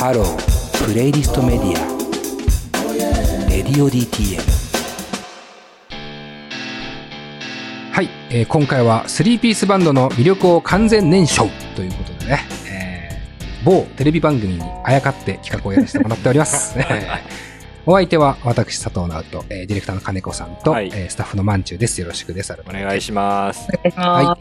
ハロープレイリストメディアレディオ DTM。 はい、今回は3ピースバンドの魅力を完全燃焼ということでね、某テレビ番組にあやかって企画をやらせてもらっておりますお相手は私佐藤直人、ディレクターの金子さんと、はい、スタッフのまんちゅうです。よろしくです。 お願いします。 はい。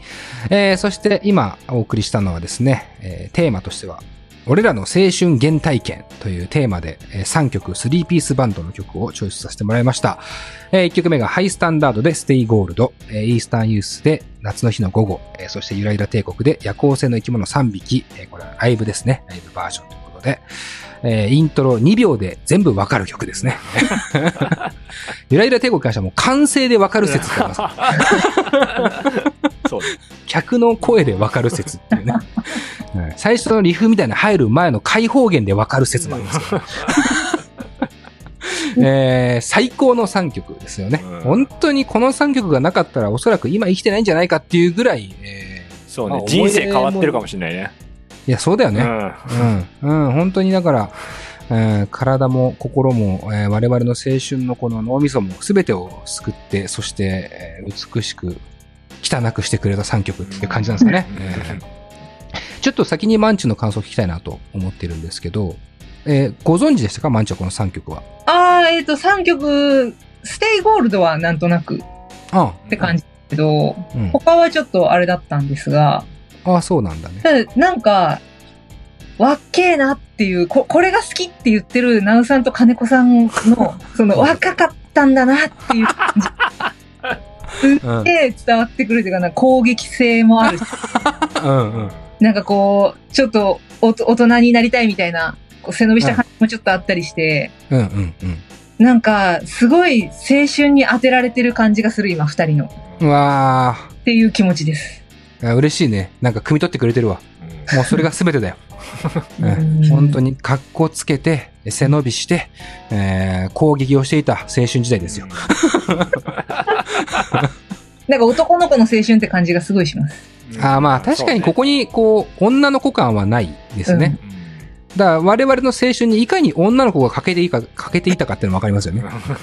そして今お送りしたのはですね、テーマとしては俺らの青春原体験というテーマで3曲3ピースバンドの曲をチョイスさせてもらいました。1曲目がハイスタンダードでステイゴールド、イースタンユースで夏の日の午後、そしてゆらゆら帝国で夜行性の生き物3匹、これはライブですね。ライブバージョンということで、イントロ2秒で全部わかる曲ですね。ゆらゆら帝国に関してはもう完成でわかる説ってあります。そう。客の声でわかる説っていうね。最初のリフみたいな入る前の開放弦でわかる説もありますけど、最高の3曲ですよね。本当にこの3曲がなかったらおそらく今生きてないんじゃないかっていうぐらい、 そうね、人生変わってるかもしれないね。 いや、そうだよね。本当にだから、体も心も、我々の青春のこの脳みそも全てを救って、そして、美しく汚くしてくれた3曲っていう感じなんですかね。ちょっと先にマンチュの感想を聞きたいなと思ってるんですけど、ご存知でしたかマンチュはこの3曲は。 3曲、ステイゴールドはなんとなくって感じだけど、他はちょっとあれだったんですが、 そうなんだね。 なんか、わっけえなっていう、これが好きって言ってるナウさんと金子さんの、その若かったんだなっていう感じで伝わってくるというかな、攻撃性もあるし。なんかこう、ちょっと大人になりたいみたいな、背伸びした感じもちょっとあったりして、なんか、すごい青春に当てられてる感じがする、今、二人の。 うわー。 っていう気持ちです。 嬉しいね。なんか汲み取ってくれてるわ。もうそれが全てだよ。本当に格好つけて、背伸びして、攻撃をしていた青春時代ですよ。 なんか男の子の青春って感じがすごいします。 まあ確かにここにこう女の子感はないですね。だから我々の青春にいかに女の子が欠けていたかっていうのもわかりますよね。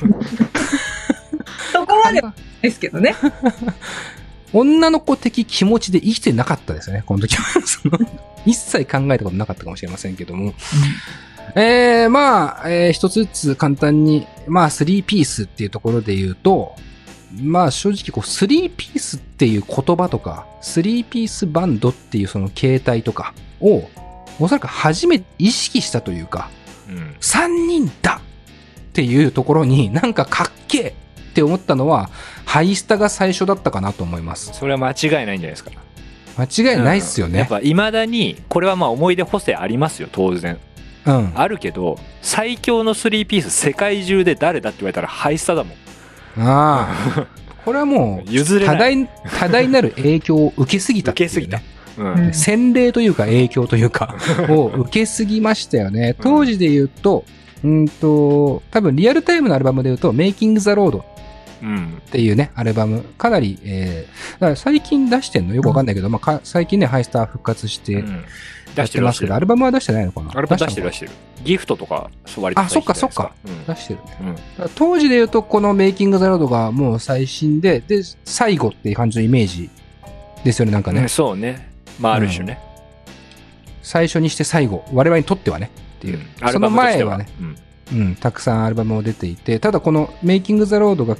そこまではですけどね。 女の子的気持ちで生きてなかったですよね、この時は。一切考えたことなかったかもしれませんけども。一つずつ簡単に、3ピースっていうところで言うと、正直3ピースっていう言葉とか、3ピースバンドっていうその形態とかを、おそらく初めて意識したというか、3人だっていうところになんかかっけえって思ったのは、ハイスタが最初だったかなと思います。 それは間違いないんじゃないですか。 間違いないっすよね。 やっぱ未だに、これは思い出補正ありますよ、当然。あるけど、最強の3ピース世界中で誰だって言われたらハイスタだもん。 これはもう譲れない多大なる影響を受けすぎたっていう、ね、 受けすぎた、 洗礼というか影響というかを受けすぎましたよね。当時で言うと、多分リアルタイムのアルバムで言うとメイキングザロードっていうね、アルバムかなり、だから最近出してんのよくわかんないけど、最近ねハイスター復活して、出してますけど、アルバムは出してないのかな。 アルバム出してる。ギフトとか、割とそっか。出してるね。当時で言うと、このメイキングザロードがもう最新で、最後っていう感じのイメージですよね、なんかね。 そうね。ある種ね。 最初にして最後、我々にとってはね、っていう。その前はね、たくさんアルバムも出ていて、ただこのメイキングザロードが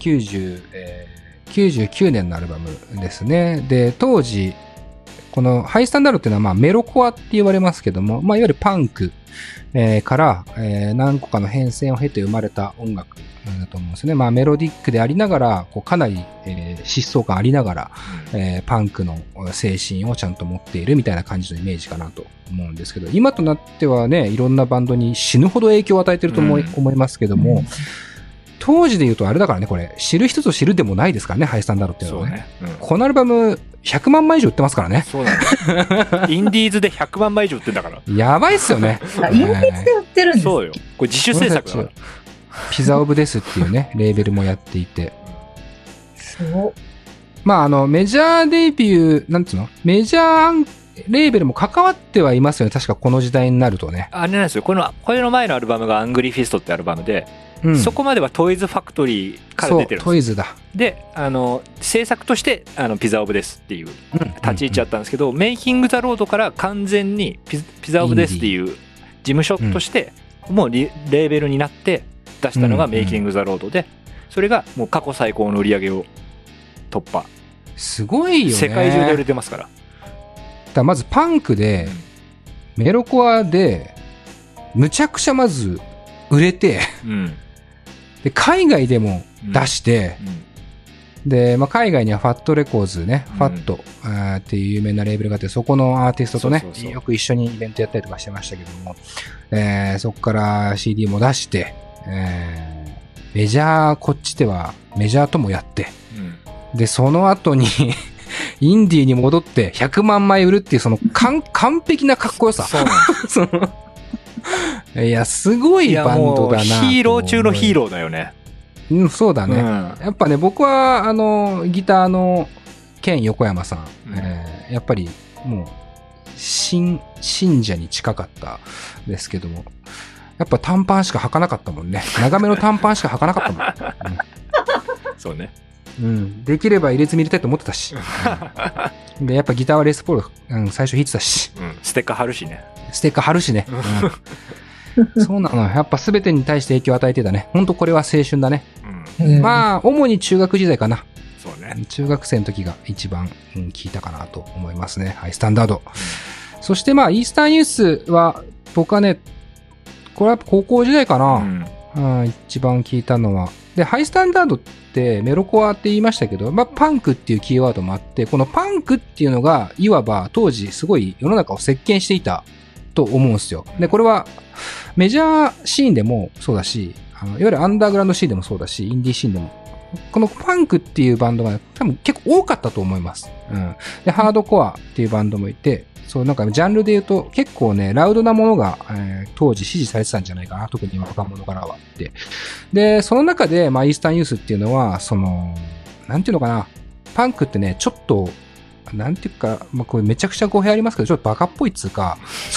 99年のアルバムですね。で、当時、このハイスタンダードっていうのはメロコアって言われますけども、いわゆるパンク、から、何個かの変遷を経て生まれた音楽だと思うんですね。メロディックでありながら、かなり、疾走感ありながら、パンクの精神をちゃんと持っているみたいな感じのイメージかなと思うんですけど、今となってはね、いろんなバンドに死ぬほど影響を与えていると思いますけども、当時で言うとあれだからね、これ、知る人ぞ知るでもないですからね、ハイスタンダードっていうのはね。このアルバム、100万枚以上売ってますからね。 そうなんだ。インディーズで100万枚以上売ってんだから。 やばいっすよね。 インディーズで売ってるんですそうよ。これ自主制作だから。 ピザオブデスっていうね、レーベルもやっていて。 そう。 メジャーデビュー、なんつうのメジャーアンレーベルも関わってはいますよね。確かこの時代になるとね。 あれなんですよ。これの前のアルバムがアングリーフィストってアルバムで、そこまではトイズファクトリーから出てるんです。 そう、トイズだ。 で、制作としてピザオブですっていう立ち位置だったんですけど、メイキングザロードから完全にピザオブですっていう事務所としてもうレーベルになって出したのがメイキングザロードで、それがもう過去最高の売り上げを突破。 すごいよね。 世界中で売れてますから。 だまずパンクで、メロコアでむちゃくちゃまず売れて、で海外でも出して、で、まあ、海外にはファットレコーズね、ファットっていう有名なレーベルがあって、そこのアーティストとね、よく一緒にイベントやったりとかしてましたけども、そこから CD も出して、メジャー、こっちではメジャーともやって、で、その後にインディーに戻って100万枚売るっていう、その完璧なかっこよさ。そうなんです。いや、すごいバンドだな。 ヒーロー中のヒーローだよね。 うん、そうだね。やっぱね、僕は、ギターのケン横山さん、やっぱり、もう、信者に近かったですけども、やっぱ短パンしか履かなかったもんね。長めの短パンしか履かなかったもん。 そうね。 うん。できれば入れ墨入れたいと思ってたし。で、やっぱギターはレースポール、最初弾いてたし。 ステッカー貼るしね。 ステッカー貼るしね。そうなの。やっぱ全てに対して影響を与えてたね。ほんとこれは青春だね。まあ、主に中学時代かな。 そうね。 中学生の時が一番聞いたかなと思いますね。はい、スタンダード。そしてまあ、イースタンユースは、僕はね、これは高校時代かな。一番聞いたのは。で、ハイスタンダードってメロコアって言いましたけど、まあ、パンクっていうキーワードもあって、このパンクっていうのが、いわば当時すごい世の中を席巻していたと思うんですよ。で、これはメジャーシーンでもそうだし、いわゆるアンダーグラウンドシーンでもそうだし、インディーシーンでも、このパンクっていうバンドが多分結構多かったと思います。で、ハードコアっていうバンドもいて、そう、なんかジャンルで言うと結構ね、ラウドなものが、当時支持されてたんじゃないかな。特に若者からはって。で、その中で、まあ、イースタンユースっていうのは、なんていうのかな。パンクってね、ちょっと、なんていうか、まあ、これめちゃくちゃ語弊ありますけど、ちょっとバカっぽいっつうか、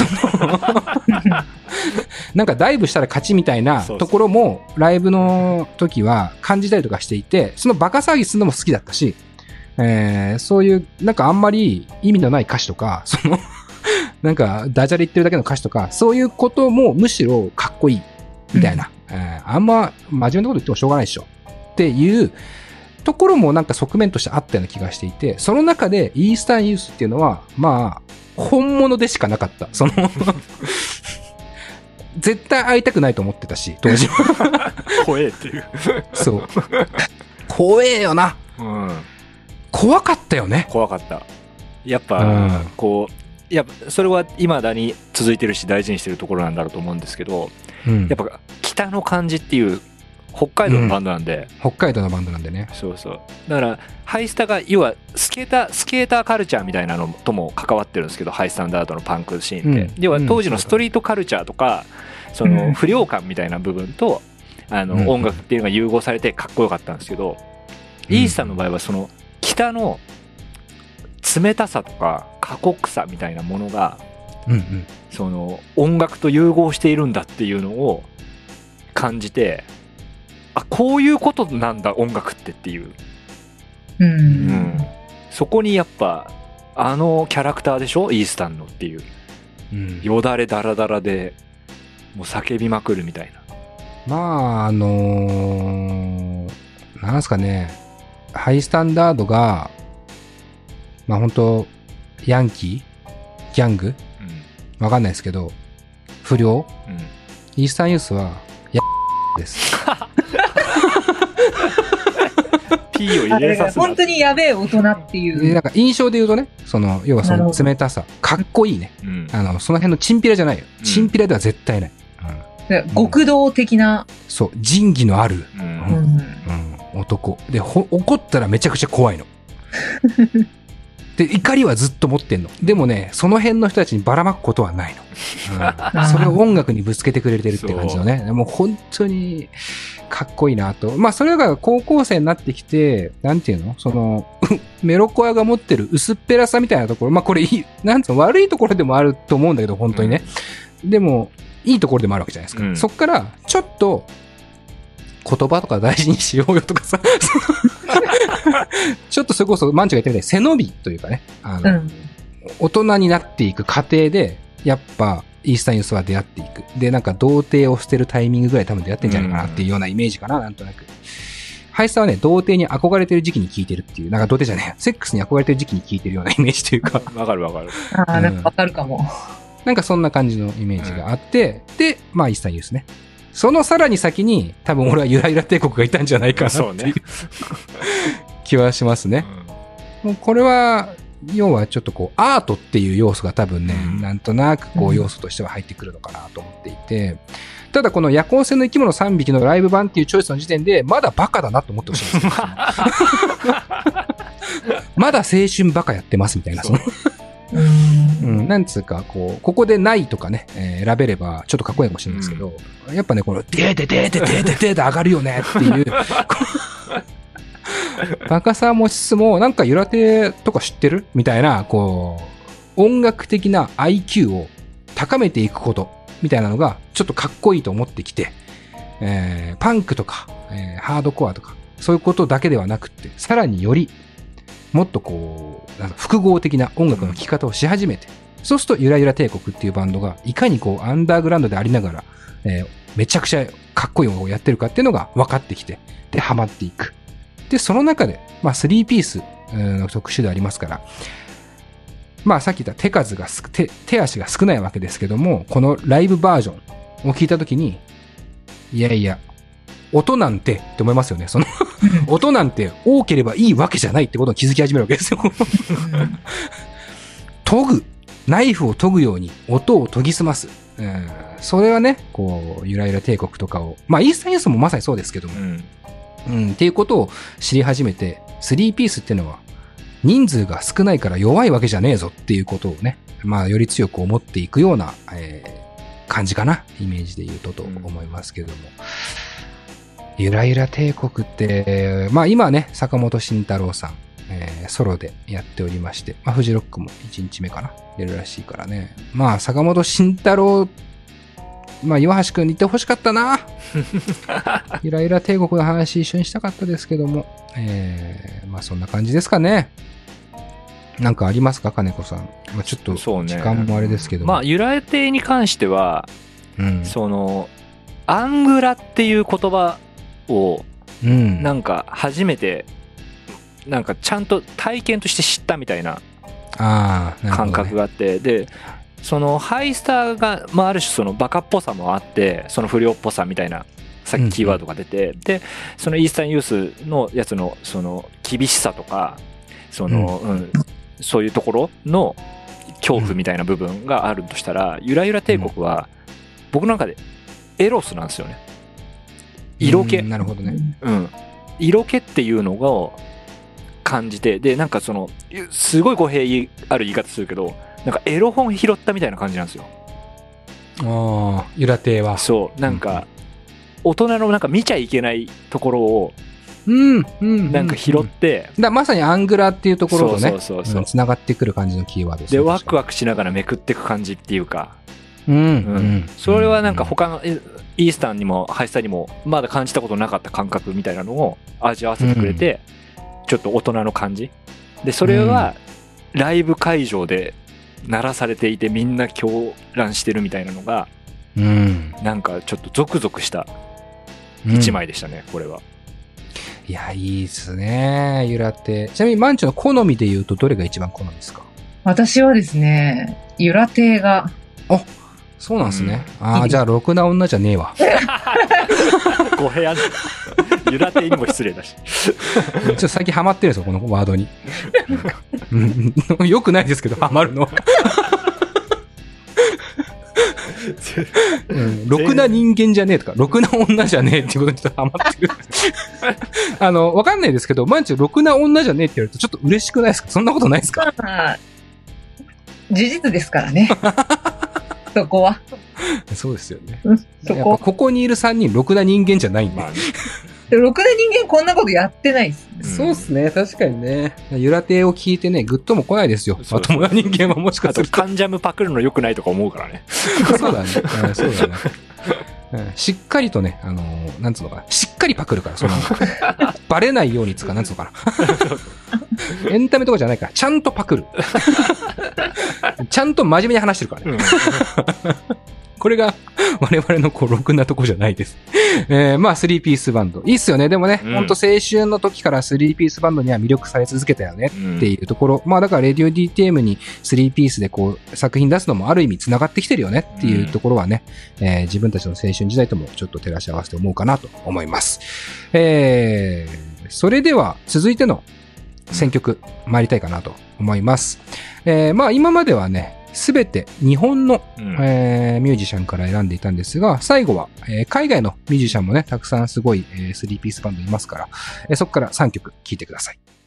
なんかダイブしたら勝ちみたいなところも、ライブの時は感じたりとかしていて、そのバカ騒ぎするのも好きだったし、そういう、なんかあんまり意味のない歌詞とか、なんかダジャレ言ってるだけの歌詞とか、そういうこともむしろかっこいい、みたいな。あんま真面目なこと言ってもしょうがないでしょ。っていうところもなんか側面としてあったような気がしていて、その中でイースタンユースっていうのは、まあ、本物でしかなかった。絶対会いたくないと思ってたし、当時は。 怖えっていう。 そう。怖えよな。怖かったよね。 怖かった。やっぱ、やっぱそれは未だに続いてるし大事にしてるところなんだろうと思うんですけど、やっぱ北の感じっていう北海道のバンドなんで、 北海道のバンドなんでね。 そうそう。だからハイスタが要はスケーターカルチャーみたいなのとも関わってるんですけど、ハイスタンダードのパンクシーンって、要は当時のストリートカルチャーとか、その不良感みたいな部分と音楽っていうのが融合されてかっこよかったんですけど、イースタンの場合はその北の冷たさとか過酷さみたいなものが、その音楽と融合しているんだっていうのを感じて、あ、こういうことなんだ音楽っていう、そこにやっぱキャラクターでしょ、イースタンのっていう、よだれだらだらでもう叫びまくるみたいな。 まあなんすかね、ハイスタンダードがまあ本当ヤンキーギャング、わかんないですけど不良、イースタンユースはです。 P を入れさすな。 本当にやべえ大人っていう。 なんか印象で言うとね、要はその冷たさ、かっこいいね。その辺のチンピラじゃないよ。チンピラでは絶対ない。 極道的な。 そう、仁義のある、男。で、怒ったらめちゃくちゃ怖いの。で、怒りはずっと持ってんの。でもね、その辺の人たちにばらまくことはないの。それを音楽にぶつけてくれてるって感じのね。もう本当にかっこいいなと。まあ、それが高校生になってきて、なんていうのメロコアが持ってる薄っぺらさみたいなところ、まあ、これいい、なんつうの、悪いところでもあると思うんだけど、本当にね。でも、いいところでもあるわけじゃないですか。そっから、ちょっと、言葉とか大事にしようよとかさ、ちょっとそれこそ、マンチが言ってみたい背伸びというかね、大人になっていく過程で、やっぱ、イースタンユースは出会っていく。で、なんか童貞を捨てるタイミングぐらい多分出会ってんじゃないかなっていうようなイメージかな、なんとなく。ハイスタはね、童貞に憧れてる時期に聴いてるっていう、なんか童貞じゃねえ、セックスに憧れてる時期に聴いてるようなイメージというか。 わかるわかる。 なんかわかるかも。 なんかそんな感じのイメージがあって、で、まあイースタンユースね。そのさらに先に、多分俺はゆらゆら帝国がいたんじゃないかなっていう気はしますね。もうこれは、要はちょっとこうアートっていう要素が多分ね、なんとなくこう要素としては入ってくるのかなと思っていて、ただこの夜行性の生き物3匹のライブ版っていうチョイスの時点でまだバカだなと思ってほしいんですよ。まだ青春バカやってますみたいな。なんつうかここでないとかね、選べればちょっとかっこいいかもしれないですけど、やっぱねこのでーででーででーででーで上がるよねっていう。バカさ持ちつつも、なんかゆら亭とか知ってるみたいな、こう、音楽的な IQ を高めていくこと、みたいなのが、ちょっとかっこいいと思ってきて、パンクとか、ハードコアとか、そういうことだけではなくって、さらにより、もっとこう、複合的な音楽の聴き方をし始めて、そうするとゆらゆら帝国っていうバンドが、いかにこう、アンダーグラウンドでありながら、めちゃくちゃかっこいい音楽をやってるかっていうのが分かってきて、で、ハマっていく。で、その中で、まあ、3ピースの特集でありますから、まあ、さっき言った手足が少ないわけですけども、このライブバージョンを聞いたときに、いやいや、音なんてって思いますよね。音なんて多ければいいわけじゃないってことを気づき始めるわけですよ。ナイフを研ぐように音を研ぎ澄ます。それはね、こう、ゆらゆら帝国とかを、まあ、イースタンユースもまさにそうですけども、っていうことを知り始めて、3ピースっていうのは人数が少ないから弱いわけじゃねえぞっていうことをね、まあより強く思っていくような、感じかな、イメージで言うと思いますけれども。ゆらゆら帝国って、まあ今ね、坂本慎太郎さん、ソロでやっておりまして、まあフジロックも1日目かな、出るらしいからね。まあ坂本慎太郎、まあ、岩橋くんに言ってほしかったな。ゆらゆら帝国の話一緒にしたかったですけども。まあそんな感じですかね。なんかありますか金子さん。まあちょっと時間もあれですけども。 まあゆらゆら帝に関しては、アングラっていう言葉を、なんか初めて、なんかちゃんと体験として知ったみたいな感覚があって、で、そのハイスターが、まあ、ある種そのバカっぽさもあって、その不良っぽさみたいなさっきキーワードが出て、でそのイースタンユースのやつのその厳しさとかそういうところの恐怖みたいな部分があるとしたら、ゆらゆら帝国は僕の中でエロスなんですよね。色気。 なるほどね。 色気っていうのを感じて、でなんかそのすごい語弊ある言い方するけど、なんかエロ本拾ったみたいな感じなんですよ。 ゆら亭は。 そう、なんか、大人のなんか見ちゃいけないところを、なんか拾って、 まさにアングラっていうところとね、つながってくる感じのキーワードですね。 で、ワクワクしながらめくっていく感じっていうか、それはなんか他のイースタンにもハイスターにもまだ感じたことなかった感覚みたいなのを味わわせてくれて、ちょっと大人の感じ。で、それはライブ会場で、鳴らされていてみんな狂乱してるみたいなのが、なんかちょっとゾクゾクした一枚でしたね、これは。 いや、いいっすね、ゆら亭。ちなみにマンチョの好みで言うとどれが一番好みですか？ 私はですね、ゆら亭が。 そうなんですね。じゃあろくな女じゃねえわ。 ご部屋ゆら亭にも失礼だし。 ちょっと最近ハマってるんですよ、このワードに。よくないですけど、ハマるの。ろくな人間じゃねえとか、ろくな女じゃねえっていうことにちょっとハマってる。わかんないですけど、毎日ろくな女じゃねえって言われるとちょっと嬉しくないですか？そんなことないですか？ 事実ですからね。そこは。 そうですよね。 そやっぱここにいる3人、ろくな人間じゃないんで。 まあねでろくな人間こんなことやってないっす。 そうっすね、確かにね。ゆら亭を聞いてね、ぐっとも来ないですよ。 そうまともな人間はもしかあとすると。 カンジャムパクるの良くないとか思うからね。 そうだね。そうだね。しっかりとね、なんつうのかな。しっかりパクるから、バレないようにつか、なんつうのかな。エンタメとかじゃないから、ちゃんとパクる。ちゃんと真面目に話してるからね。これが我々のろくなとこじゃないです。まあ、3ピースバンド。いいっすよね。でもね、ほんと青春の時から3ピースバンドには魅力され続けたよねっていうところ。まあ、だから、レディオ DTM に3ピースでこう、作品出すのもある意味繋がってきてるよねっていうところはね、自分たちの青春時代ともちょっと照らし合わせて思うかなと思います。それでは、続いての選曲、参りたいかなと思います。まあ、今まではね、すべて日本の、ミュージシャンから選んでいたんですが、最後は、海外のミュージシャンもね、たくさんすごい、3ピースバンドいますから、そこから3曲聴いてください。